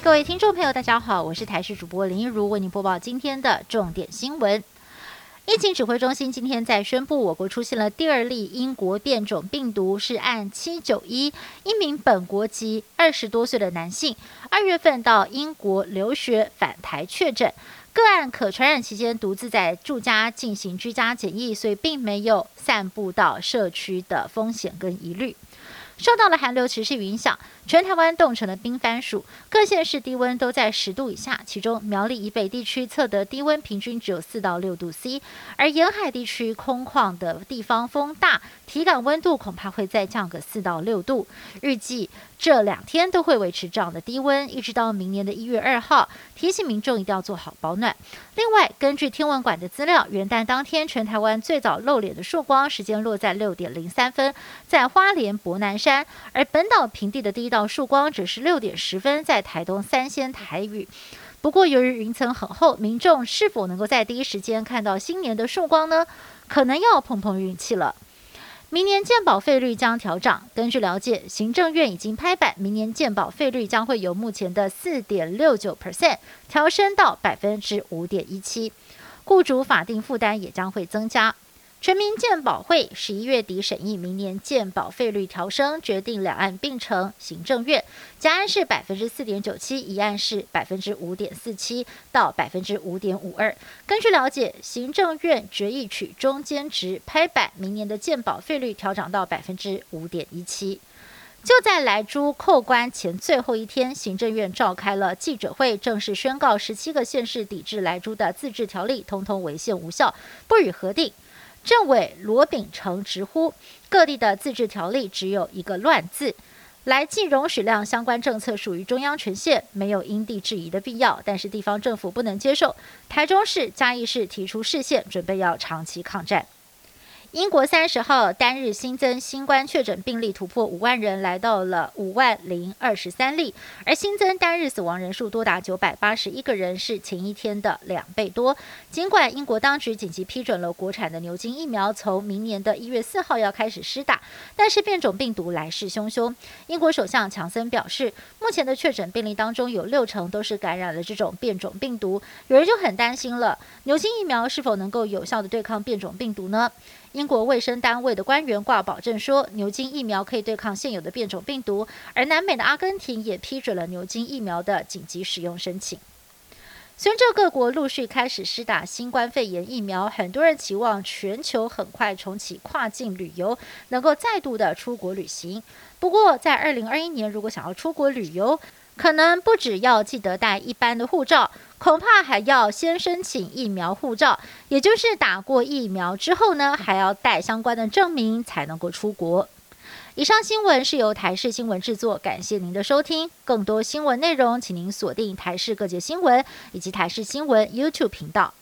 各位听众朋友，大家好，我是台视主播林一如，为您播报今天的重点新闻。疫情指挥中心今天在宣布，我国出现了第二例英国变种病毒，是按791，一名本国籍20多岁的男性，2月份到英国留学返台确诊。个案可传染期间独自在住家进行居家检疫，所以并没有散布到社区的风险跟疑虑。受到了寒流持续影响，全台湾冻成了冰番薯，各县市低温都在10度以下，其中苗栗以北地区测得低温平均只有4到6度 C， 而沿海地区空旷的地方风大，体感温度恐怕会再降个4到6度。预计这2天都会维持这样的低温，一直到明年的1月2号，提醒民众一定要做好保暖。另外，根据天文馆的资料，元旦当天全台湾最早露脸的曙光时间落在6点03分，在花莲伯南山，而本岛平地的第一道曙光只是6点10分，在台东三仙台屿。不过，由于云层很厚，民众是否能够在第一时间看到新年的曙光呢？可能要碰碰运气了。明年健保费率将调涨。根据了解，行政院已经拍板，明年健保费率将会由目前的4.69% 调升到5.17%，雇主法定负担也将会增加。全民健保会11月底审议明年健保费率调升，决定两案并成，行政院甲案是4.97%，乙案是5.47%到5.52%。根据了解，行政院决议取中间值拍板，明年的健保费率调涨到5.17%。就在莱猪扣关前最后一天，行政院召开了记者会，正式宣告17个县市抵制莱猪的自治条例通通违宪无效，不予核定。政委罗秉成直呼，各地的自治条例只有一个乱字，来记容许量相关政策属于中央权限，没有因地制宜的必要，但是地方政府不能接受。台中市、嘉义市提出释宪，准备要长期抗战。英国30号单日新增新冠确诊病例突破5万人，来到了5万023例，而新增单日死亡人数多达981个人，是前一天的2倍多。尽管英国当局紧急批准了国产的牛津疫苗，从明年的1月4号要开始施打，但是变种病毒来势汹汹。英国首相强森表示，目前的确诊病例当中有60%都是感染了这种变种病毒，有人就很担心了，牛津疫苗是否能够有效的对抗变种病毒呢？英国卫生单位的官员挂保证说，牛津疫苗可以对抗现有的变种病毒，而南美的阿根廷也批准了牛津疫苗的紧急使用申请。随着各国陆续开始施打新冠肺炎疫苗，很多人期望全球很快重启跨境旅游，能够再度的出国旅行。不过，在2021年，如果想要出国旅游，可能不只要记得带一般的护照，恐怕还要先申请疫苗护照，也就是打过疫苗之后呢，还要带相关的证明才能够出国。以上新闻是由台视新闻制作，感谢您的收听。更多新闻内容，请您锁定台视各界新闻以及台视新闻 YouTube 频道。